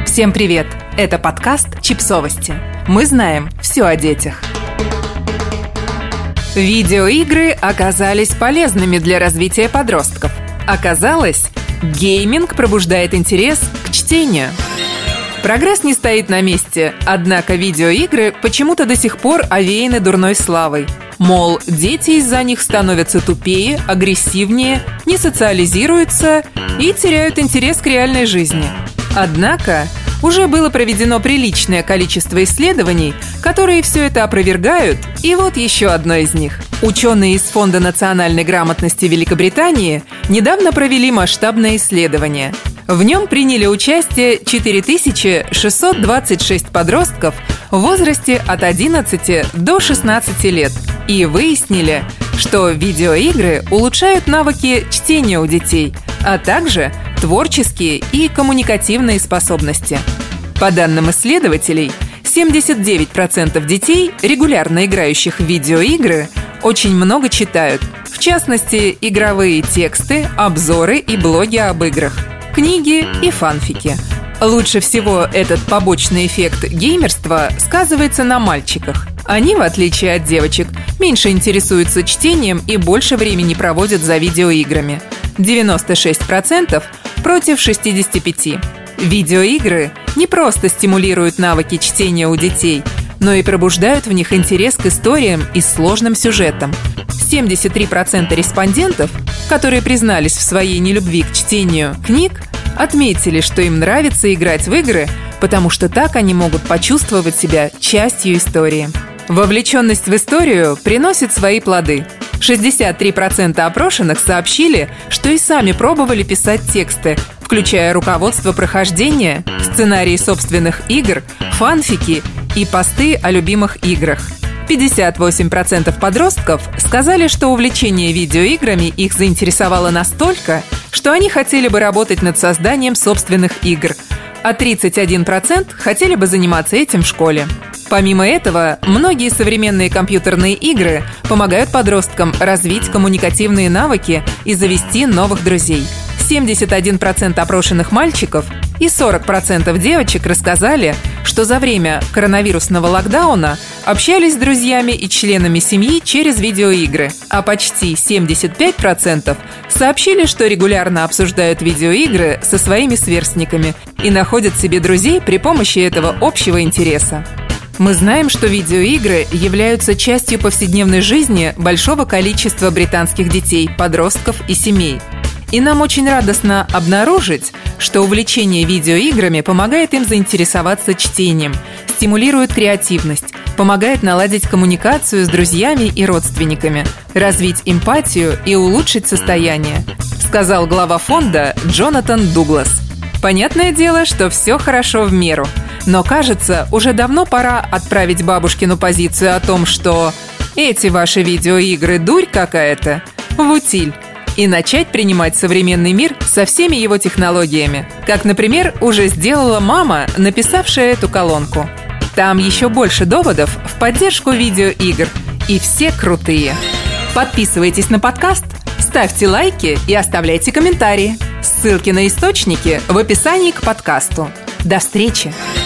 Всем привет! Это подкаст «Чипсовости». Мы знаем все о детях. Видеоигры оказались полезными для развития подростков. Оказалось, гейминг пробуждает интерес к чтению. Прогресс не стоит на месте, однако видеоигры почему-то до сих пор овеяны дурной славой. Мол, дети из-за них становятся тупее, агрессивнее, не социализируются и теряют интерес к реальной жизни. Однако, уже было проведено приличное количество исследований, которые все это опровергают, и вот еще одно из них. Ученые из Фонда национальной грамотности Великобритании недавно провели масштабное исследование. В нем приняли участие 4626 подростков в возрасте от 11 до 16 лет и выяснили, что видеоигры улучшают навыки чтения у детей, а также творческие и коммуникативные способности. По данным исследователей, 79% детей, регулярно играющих в видеоигры, очень много читают, в частности, игровые тексты, обзоры и блоги об играх, книги и фанфики. Лучше всего этот побочный эффект геймерства сказывается на мальчиках. Они, в отличие от девочек, меньше интересуются чтением и больше времени проводят за видеоиграми. 96% против 65%. Видеоигры не просто стимулируют навыки чтения у детей, но и пробуждают в них интерес к историям и сложным сюжетам. 73% респондентов, которые признались в своей нелюбви к чтению книг, отметили, что им нравится играть в игры, потому что так они могут почувствовать себя частью истории. Вовлеченность в историю приносит свои плоды. 63% опрошенных сообщили, что и сами пробовали писать тексты, включая руководство прохождения, сценарии собственных игр, фанфики и посты о любимых играх. 58% подростков сказали, что увлечение видеоиграми их заинтересовало настолько, что они хотели бы работать над созданием собственных игр, а 31% хотели бы заниматься этим в школе. Помимо этого, многие современные компьютерные игры помогают подросткам развить коммуникативные навыки и завести новых друзей. 71% опрошенных мальчиков и 40% девочек рассказали, что за время коронавирусного локдауна общались с друзьями и членами семьи через видеоигры, а почти 75% сообщили, что регулярно обсуждают видеоигры со своими сверстниками и находят себе друзей при помощи этого общего интереса. Мы знаем, что видеоигры являются частью повседневной жизни большого количества британских детей, подростков и семей. И нам очень радостно обнаружить, что увлечение видеоиграми помогает им заинтересоваться чтением, стимулирует креативность, помогает наладить коммуникацию с друзьями и родственниками, развить эмпатию и улучшить состояние, сказал глава фонда Джонатан Дуглас. Понятное дело, что все хорошо в меру, но, кажется, уже давно пора отправить бабушкину позицию о том, что эти ваши видеоигры дурь какая-то, в утиль, и начать принимать современный мир со всеми его технологиями, как, например, уже сделала мама, написавшая эту колонку. Там еще больше доводов в поддержку видеоигр, и все крутые. Подписывайтесь на подкаст, ставьте лайки и оставляйте комментарии. Ссылки на источники в описании к подкасту. До встречи!